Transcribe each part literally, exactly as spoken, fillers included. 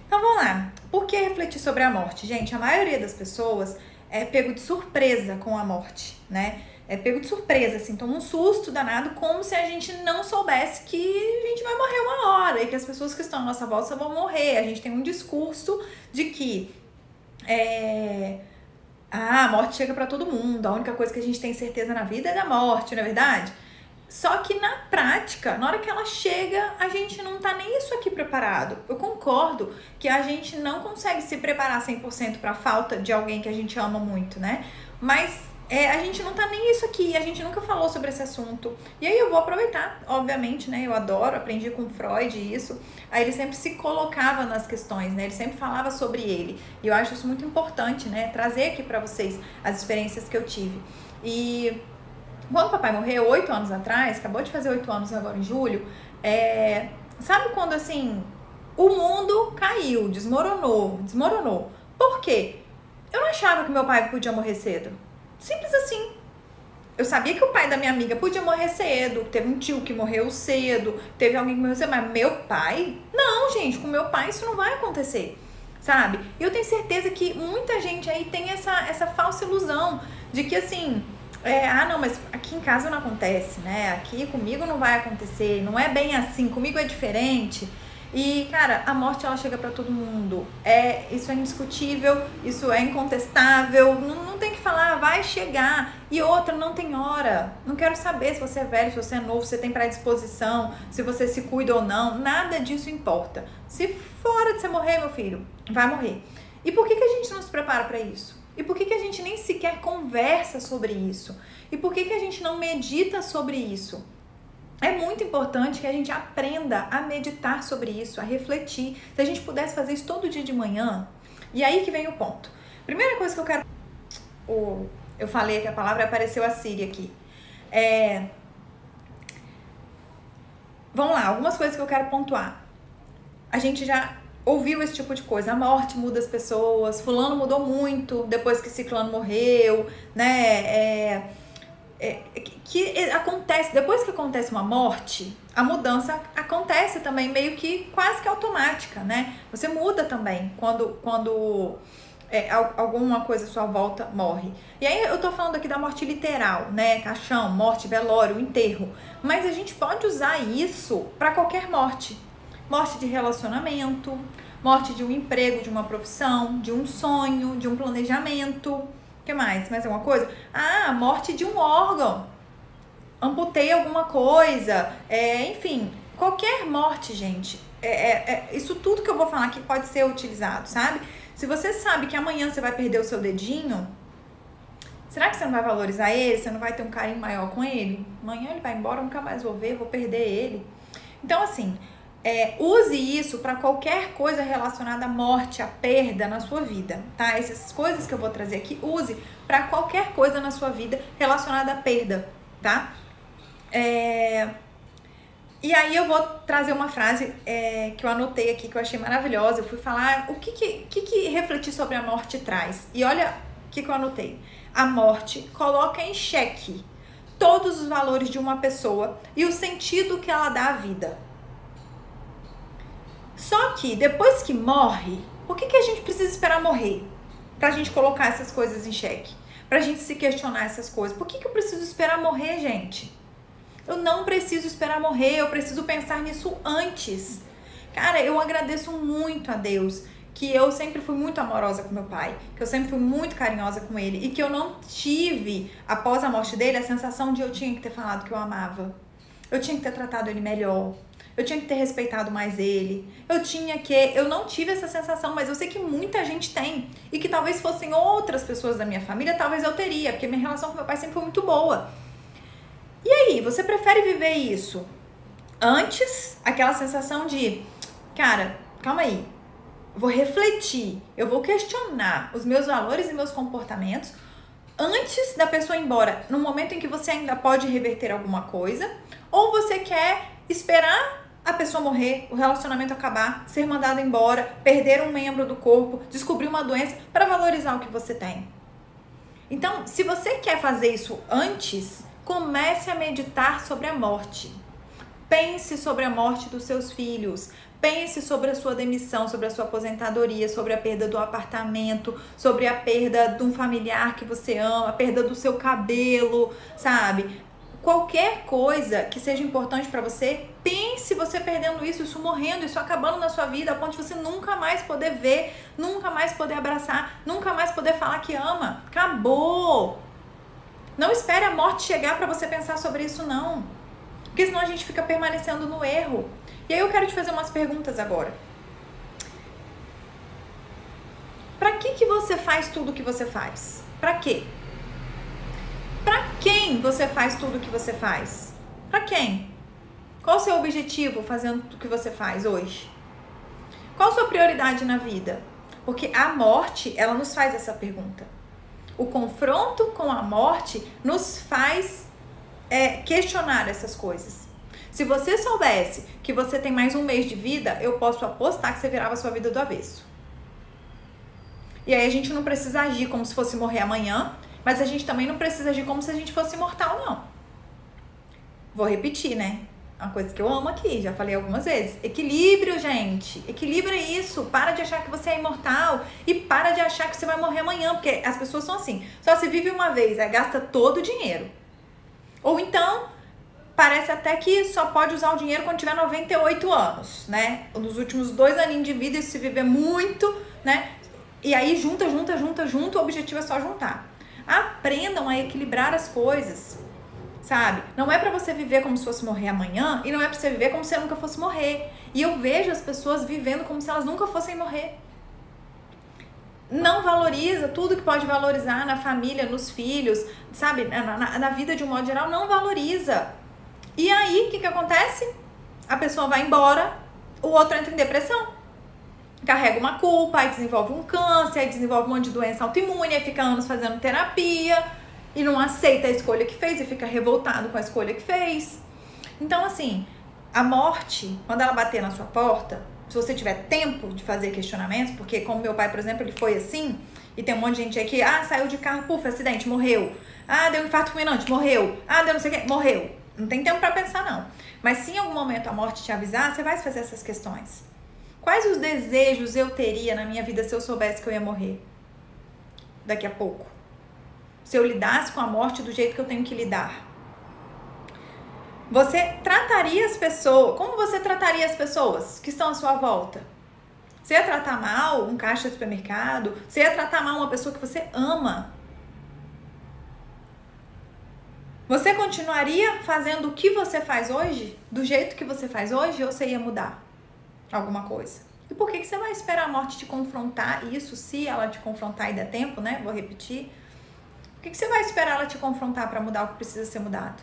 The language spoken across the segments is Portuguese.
Então vamos lá. Por que refletir sobre a morte? Gente, a maioria das pessoas é pego de surpresa com a morte, né? É pego de surpresa, assim, toma um susto danado, como se a gente não soubesse que a gente vai morrer uma hora e que as pessoas que estão à nossa volta vão morrer. A gente tem um discurso de que é, ah, a morte chega pra todo mundo, a única coisa que a gente tem certeza na vida é da morte, não é verdade? Só que na prática, na hora que ela chega, a gente não tá nem isso aqui preparado. Eu concordo que a gente não consegue se preparar cem por cento pra falta de alguém que a gente ama muito, né? Mas é, a gente não tá nem isso aqui, a gente nunca falou sobre esse assunto. E aí eu vou aproveitar, obviamente, né? Eu adoro, aprendi com Freud isso. Aí ele sempre se colocava nas questões, né? Ele sempre falava sobre ele. E eu acho isso muito importante, né? Trazer aqui pra vocês as experiências que eu tive. E quando o papai morreu, oito anos atrás, acabou de fazer oito anos agora em julho, é, sabe quando assim, o mundo caiu, desmoronou, desmoronou. Por quê? Eu não achava que meu pai podia morrer cedo. Simples assim. Eu sabia que o pai da minha amiga podia morrer cedo, teve um tio que morreu cedo, teve alguém que morreu cedo, mas meu pai? Não, gente, com meu pai isso não vai acontecer, sabe? E eu tenho certeza que muita gente aí tem essa, essa falsa ilusão de que assim... É, ah, não, mas aqui em casa não acontece, né? Aqui comigo não vai acontecer, não é bem assim, comigo é diferente. E, cara, a morte ela chega pra todo mundo. É, isso é indiscutível, isso é incontestável, não, não tem que falar, vai chegar. E outra, não tem hora. Não quero saber se você é velho, se você é novo, se você tem predisposição, se você se cuida ou não, nada disso importa. Se for de você morrer, meu filho, vai morrer. E por que que a gente não se prepara pra isso? E por que que a gente nem sequer conversa sobre isso? E por que que a gente não medita sobre isso? É muito importante que a gente aprenda a meditar sobre isso, a refletir. Se a gente pudesse fazer isso todo dia de manhã, e aí que vem o ponto. Primeira coisa que eu quero... Oh, eu falei que a palavra apareceu a Siri aqui. É... Vamos lá, algumas coisas que eu quero pontuar. A gente já... ouviu esse tipo de coisa, a morte muda as pessoas, fulano mudou muito depois que ciclano morreu, né, é, é, que acontece, depois que acontece uma morte, a mudança acontece também meio que quase que automática, né, você muda também quando, quando é, alguma coisa à sua volta morre. E aí eu tô falando aqui da morte literal, né, caixão, morte, velório, enterro, mas a gente pode usar isso para qualquer morte. Morte de relacionamento, morte de um emprego, de uma profissão, de um sonho, de um planejamento. O que mais? Mais alguma coisa? Ah, morte de um órgão. Amputei alguma coisa. É, enfim, qualquer morte, gente. É, é, é, isso tudo que eu vou falar aqui pode ser utilizado, sabe? Se você sabe que amanhã você vai perder o seu dedinho, será que você não vai valorizar ele? Você não vai ter um carinho maior com ele? Amanhã ele vai embora, eu nunca mais vou ver, vou perder ele. Então, assim... É, use isso para qualquer coisa relacionada à morte, à perda na sua vida, tá? Essas coisas que eu vou trazer aqui, use para qualquer coisa na sua vida relacionada à perda, tá? É... E aí eu vou trazer uma frase é, que eu anotei aqui, que eu achei maravilhosa. Eu fui falar o que que, que, que refletir sobre a morte traz. E olha o que, que eu anotei. A morte coloca em xeque todos os valores de uma pessoa e o sentido que ela dá à vida. Só que depois que morre, por que que a gente precisa esperar morrer? Pra gente colocar essas coisas em xeque. Pra gente se questionar essas coisas. Por que que eu preciso esperar morrer, gente? Eu não preciso esperar morrer, eu preciso pensar nisso antes. Cara, eu agradeço muito a Deus que eu sempre fui muito amorosa com meu pai, que eu sempre fui muito carinhosa com ele e que eu não tive, após a morte dele, a sensação de eu tinha que ter falado que eu amava. Eu tinha que ter tratado ele melhor. Eu tinha que ter respeitado mais ele. Eu tinha que... Eu não tive essa sensação, mas eu sei que muita gente tem. E que talvez fossem outras pessoas da minha família, talvez eu teria, porque minha relação com meu pai sempre foi muito boa. E aí, você prefere viver isso antes, aquela sensação de... Cara, calma aí. Eu vou refletir. Eu vou questionar os meus valores e meus comportamentos antes da pessoa ir embora, no momento em que você ainda pode reverter alguma coisa, ou você quer esperar a pessoa morrer, o relacionamento acabar, ser mandado embora, perder um membro do corpo, descobrir uma doença para valorizar o que você tem. Então, se você quer fazer isso antes, comece a meditar sobre a morte. Pense sobre a morte dos seus filhos. Pense sobre a sua demissão, sobre a sua aposentadoria, sobre a perda do apartamento, sobre a perda de um familiar que você ama, a perda do seu cabelo, sabe? Qualquer coisa que seja importante pra você, pense você perdendo isso, isso morrendo, isso acabando na sua vida, a ponto de você nunca mais poder ver, nunca mais poder abraçar, nunca mais poder falar que ama. Acabou! Não espere a morte chegar pra você pensar sobre isso, não. Porque senão a gente fica permanecendo no erro. E aí eu quero te fazer umas perguntas agora. Pra que que você faz tudo o que você faz? Pra quê? Pra quem você faz tudo o que você faz? Pra quem? Qual o seu objetivo fazendo o que você faz hoje? Qual a sua prioridade na vida? Porque a morte, ela nos faz essa pergunta. O confronto com a morte nos faz é, questionar essas coisas. Se você soubesse que você tem mais um mês de vida, eu posso apostar que você virava a sua vida do avesso. E aí a gente não precisa agir como se fosse morrer amanhã, mas a gente também não precisa agir como se a gente fosse imortal, não. Vou repetir, né? Uma coisa que eu amo aqui, já falei algumas vezes. Equilíbrio, gente. Equilíbrio é isso. Para de achar que você é imortal e para de achar que você vai morrer amanhã, porque as pessoas são assim. Só se vive uma vez, aí gasta todo o dinheiro. Ou então, parece até que só pode usar o dinheiro quando tiver noventa e oito anos, né? Nos últimos dois aninhos de vida, isso se viver muito, né? E aí junta, junta, junta, junta, o objetivo é só juntar. Aprendam a equilibrar as coisas, sabe? Não é pra você viver como se fosse morrer amanhã e não é pra você viver como se você nunca fosse morrer. E eu vejo as pessoas vivendo como se elas nunca fossem morrer. Não valoriza tudo que pode valorizar na família, nos filhos, sabe? Na, na, na vida de um modo geral, não valoriza. E aí, o que que acontece? A pessoa vai embora, o outro entra em depressão. Carrega uma culpa, aí desenvolve um câncer, aí desenvolve um monte de doença autoimune, aí fica anos fazendo terapia e não aceita a escolha que fez e fica revoltado com a escolha que fez. Então, assim, a morte, quando ela bater na sua porta, se você tiver tempo de fazer questionamentos, porque como meu pai, por exemplo, ele foi assim, e tem um monte de gente aí que, ah, saiu de carro, puf, acidente, morreu. Ah, deu um infarto fulminante, morreu. Ah, deu não sei o que, morreu. Não tem tempo pra pensar, não. Mas se em algum momento a morte te avisar, você vai fazer essas questões. Quais os desejos eu teria na minha vida se eu soubesse que eu ia morrer daqui a pouco? Se eu lidasse com a morte do jeito que eu tenho que lidar? Você trataria as pessoas... Como você trataria as pessoas que estão à sua volta? Você ia tratar mal um caixa de supermercado? Você ia tratar mal uma pessoa que você ama? Você continuaria fazendo o que você faz hoje? Do jeito que você faz hoje? Ou você ia mudar alguma coisa? E por que que você vai esperar a morte te confrontar? Isso, se ela te confrontar e der tempo, né? Vou repetir. Por que que você vai esperar ela te confrontar para mudar o que precisa ser mudado?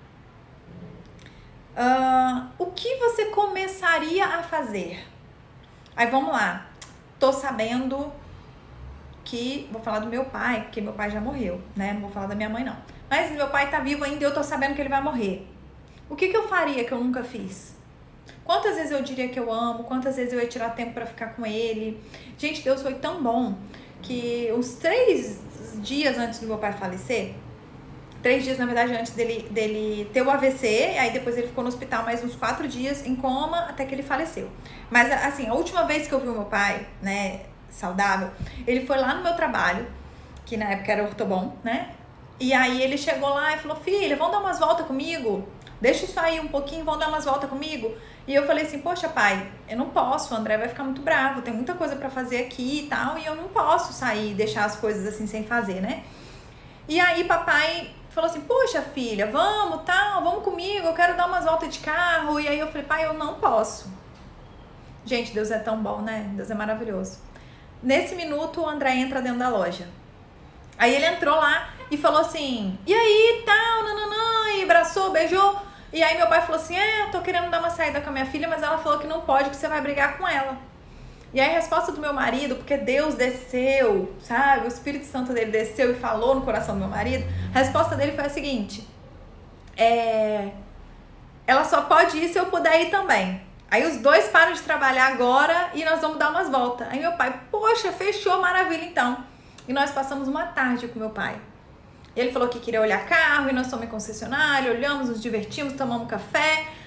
Uh, o que você começaria a fazer? Aí vamos lá. Tô sabendo que... Vou falar do meu pai, porque meu pai já morreu, né? Não vou falar da minha mãe, não. Mas meu pai tá vivo ainda e eu tô sabendo que ele vai morrer. O que que eu faria que eu nunca fiz? Quantas vezes eu diria que eu amo? Quantas vezes eu ia tirar tempo pra ficar com ele? Gente, Deus foi tão bom que uns três dias antes do meu pai falecer, três dias, na verdade, antes dele, dele ter o A V C, aí depois ele ficou no hospital mais uns quatro dias em coma até que ele faleceu. Mas, assim, a última vez que eu vi o meu pai, né, saudável, ele foi lá no meu trabalho, que na época era ortobon, né? E aí ele chegou lá e falou, filha, vamos dar umas voltas comigo? Deixa isso aí um pouquinho, vamos dar umas voltas comigo? E eu falei assim, poxa pai, eu não posso, o André vai ficar muito bravo, tem muita coisa pra fazer aqui e tal, e eu não posso sair e deixar as coisas assim sem fazer, né? E aí papai falou assim, poxa filha, vamos, tal, vamos comigo, eu quero dar umas voltas de carro. E aí eu falei, pai, eu não posso. Gente, Deus é tão bom, né? Deus é maravilhoso. Nesse minuto, o André entra dentro da loja. Aí ele entrou lá e falou assim, e aí, tal, nananã, e abraçou, beijou. E aí meu pai falou assim, é, tô querendo dar uma saída com a minha filha, mas ela falou que não pode, que você vai brigar com ela. E aí a resposta do meu marido, porque Deus desceu, sabe, o Espírito Santo dele desceu e falou no coração do meu marido, a resposta dele foi a seguinte, é, ela só pode ir se eu puder ir também. Aí os dois param de trabalhar agora e nós vamos dar umas voltas. Aí meu pai, poxa, fechou, maravilha então. E nós passamos uma tarde com meu pai. Ele falou que queria olhar carro e nós fomos em concessionária, olhamos, nos divertimos, tomamos café.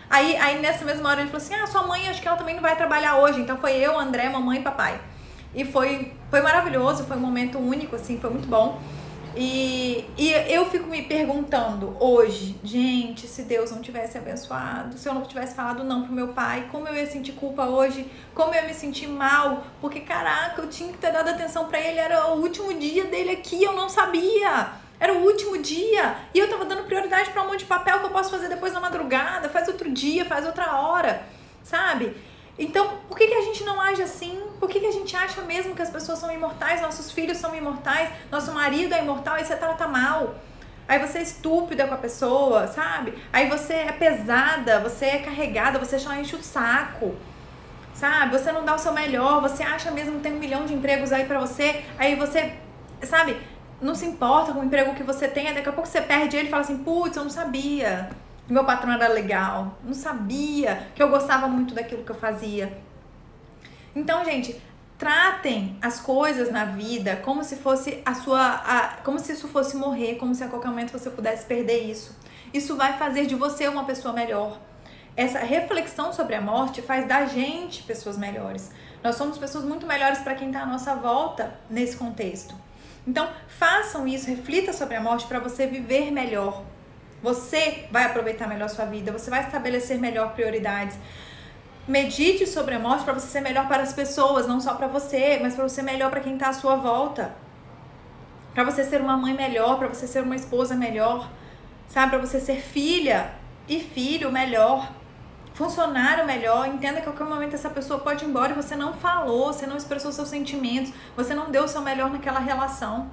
Aí, aí nessa mesma hora ele falou assim, ah, sua mãe, acho que ela também não vai trabalhar hoje. Então foi eu, André, mamãe e papai. E foi, foi maravilhoso, foi um momento único, assim, foi muito bom. E, e eu fico me perguntando hoje, gente, se Deus não tivesse abençoado, se eu não tivesse falado não pro meu pai, como eu ia sentir culpa hoje, como eu ia me sentir mal, porque caraca, eu tinha que ter dado atenção pra ele, era o último dia dele aqui, eu não sabia, era o último dia, e eu tava dando prioridade pra um monte de papel que eu posso fazer depois da madrugada, faz outro dia, faz outra hora, sabe? Então, por que que a gente não age assim? Por que que a gente acha mesmo que as pessoas são imortais, nossos filhos são imortais, nosso marido é imortal e você trata mal? Aí você é estúpida com a pessoa, sabe? Aí você é pesada, você é carregada, você só enche o saco, sabe? Você não dá o seu melhor, você acha mesmo que tem um milhão de empregos aí pra você, aí você, sabe, não se importa com o emprego que você tem, aí daqui a pouco você perde ele e fala assim, putz, eu não sabia que meu patrão era legal, não sabia que eu gostava muito daquilo que eu fazia. Então, gente, tratem as coisas na vida como se fosse a sua, a, como se isso fosse morrer, como se a qualquer momento você pudesse perder isso. Isso vai fazer de você uma pessoa melhor. Essa reflexão sobre a morte faz da gente pessoas melhores. Nós somos pessoas muito melhores para quem está à nossa volta nesse contexto. Então, façam isso, reflita sobre a morte para você viver melhor. Você vai aproveitar melhor a sua vida, você vai estabelecer melhor prioridades. Medite sobre a morte para você ser melhor para as pessoas, não só para você, mas para você ser melhor para quem está à sua volta. Para você ser uma mãe melhor, para você ser uma esposa melhor, sabe? Para você ser filha e filho melhor, funcionário melhor. Entenda que a qualquer momento essa pessoa pode ir embora e você não falou, você não expressou seus sentimentos, você não deu o seu melhor naquela relação.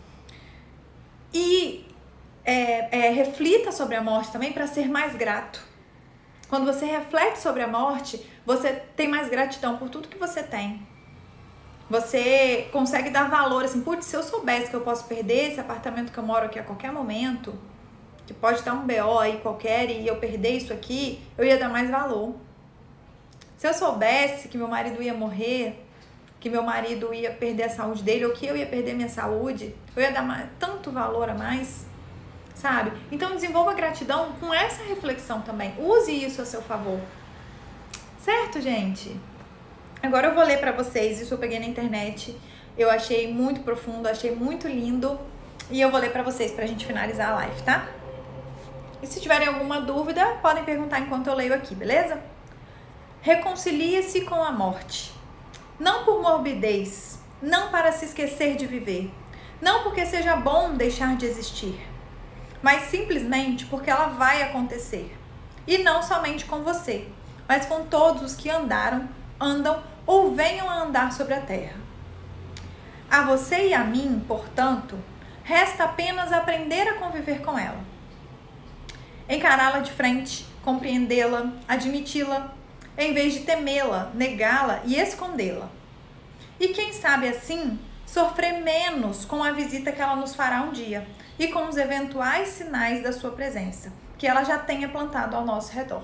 E É, é, reflita sobre a morte também para ser mais grato. Quando você reflete sobre a morte, você tem mais gratidão por tudo que você tem. Você consegue dar valor, assim, putz, se eu soubesse que eu posso perder esse apartamento que eu moro aqui a qualquer momento, que pode dar um B O aí qualquer e eu perder isso aqui, eu ia dar mais valor. Se eu soubesse que meu marido ia morrer, que meu marido ia perder a saúde dele, ou que eu ia perder minha saúde, eu ia dar mais, tanto valor a mais, sabe? Então desenvolva gratidão com essa reflexão também. Use isso a seu favor. Certo, gente? Agora eu vou ler pra vocês, isso eu peguei na internet. Eu achei muito profundo, achei muito lindo. E eu vou ler pra vocês pra gente finalizar a live, tá? E se tiverem alguma dúvida, podem perguntar enquanto eu leio aqui, beleza? Reconcilie-se com a morte. Não por morbidez, não para se esquecer de viver. Não porque seja bom deixar de existir, mas simplesmente porque ela vai acontecer. E não somente com você, mas com todos os que andaram, andam ou venham a andar sobre a terra. A você e a mim, portanto, resta apenas aprender a conviver com ela. Encará-la de frente, compreendê-la, admiti-la, em vez de temê-la, negá-la e escondê-la. E quem sabe assim, sofrer menos com a visita que ela nos fará um dia e com os eventuais sinais da sua presença, que ela já tenha plantado ao nosso redor.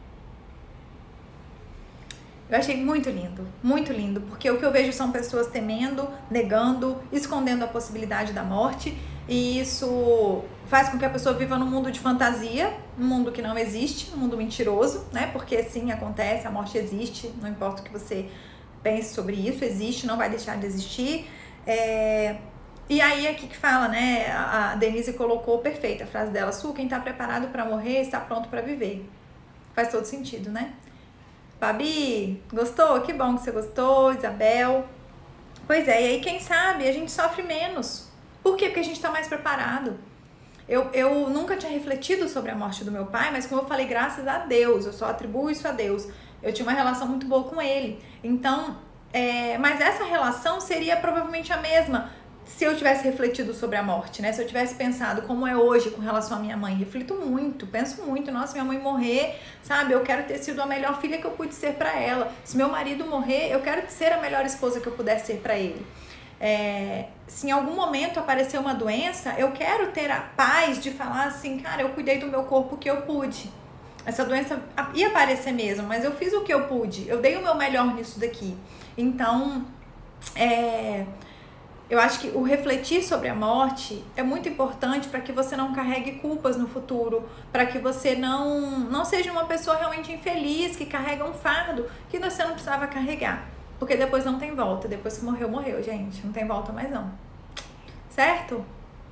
Eu achei muito lindo, muito lindo, porque o que eu vejo são pessoas temendo, negando, escondendo a possibilidade da morte, e isso faz com que a pessoa viva num mundo de fantasia, um mundo que não existe, um mundo mentiroso, né? Porque sim, acontece, a morte existe, não importa o que você pense sobre isso, existe, não vai deixar de existir. É... E aí aqui que fala, né? A Denise colocou perfeita a frase dela: Su, quem tá preparado para morrer está pronto para viver. Faz todo sentido, né? Babi, gostou? Que bom que você gostou, Isabel. Pois é, e aí quem sabe a gente sofre menos. Por quê? Porque a gente tá mais preparado. Eu, eu nunca tinha refletido sobre a morte do meu pai, mas como eu falei, graças a Deus, eu só atribuo isso a Deus. Eu tinha uma relação muito boa com ele. Então, é, mas essa relação seria provavelmente a mesma se eu tivesse refletido sobre a morte, né? Se eu tivesse pensado como é hoje com relação à minha mãe. Reflito muito, penso muito. Nossa, minha mãe morrer, sabe? Eu quero ter sido a melhor filha que eu pude ser pra ela. Se meu marido morrer, eu quero ser a melhor esposa que eu pudesse ser pra ele. É, se em algum momento aparecer uma doença, eu quero ter a paz de falar assim, cara, eu cuidei do meu corpo que eu pude. Essa doença ia aparecer mesmo, mas eu fiz o que eu pude, eu dei o meu melhor nisso daqui. Então, é, eu acho que o refletir sobre a morte é muito importante para que você não carregue culpas no futuro, para que você não, não seja uma pessoa realmente infeliz, que carrega um fardo que você não precisava carregar. Porque depois não tem volta, depois que morreu, morreu, gente. Não tem volta mais não. Certo?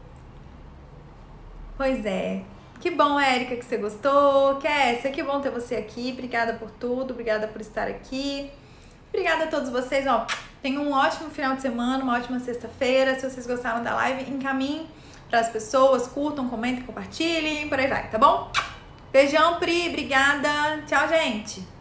Pois é. Que bom, Érica, que você gostou. Kessia, que bom ter você aqui. Obrigada por tudo, obrigada por estar aqui. Obrigada a todos vocês, ó. Tenham um ótimo final de semana, uma ótima sexta-feira. Se vocês gostaram da live, encaminhem para as pessoas, curtam, comentem, compartilhem, por aí vai, tá bom? Beijão, Pri, obrigada. Tchau, gente.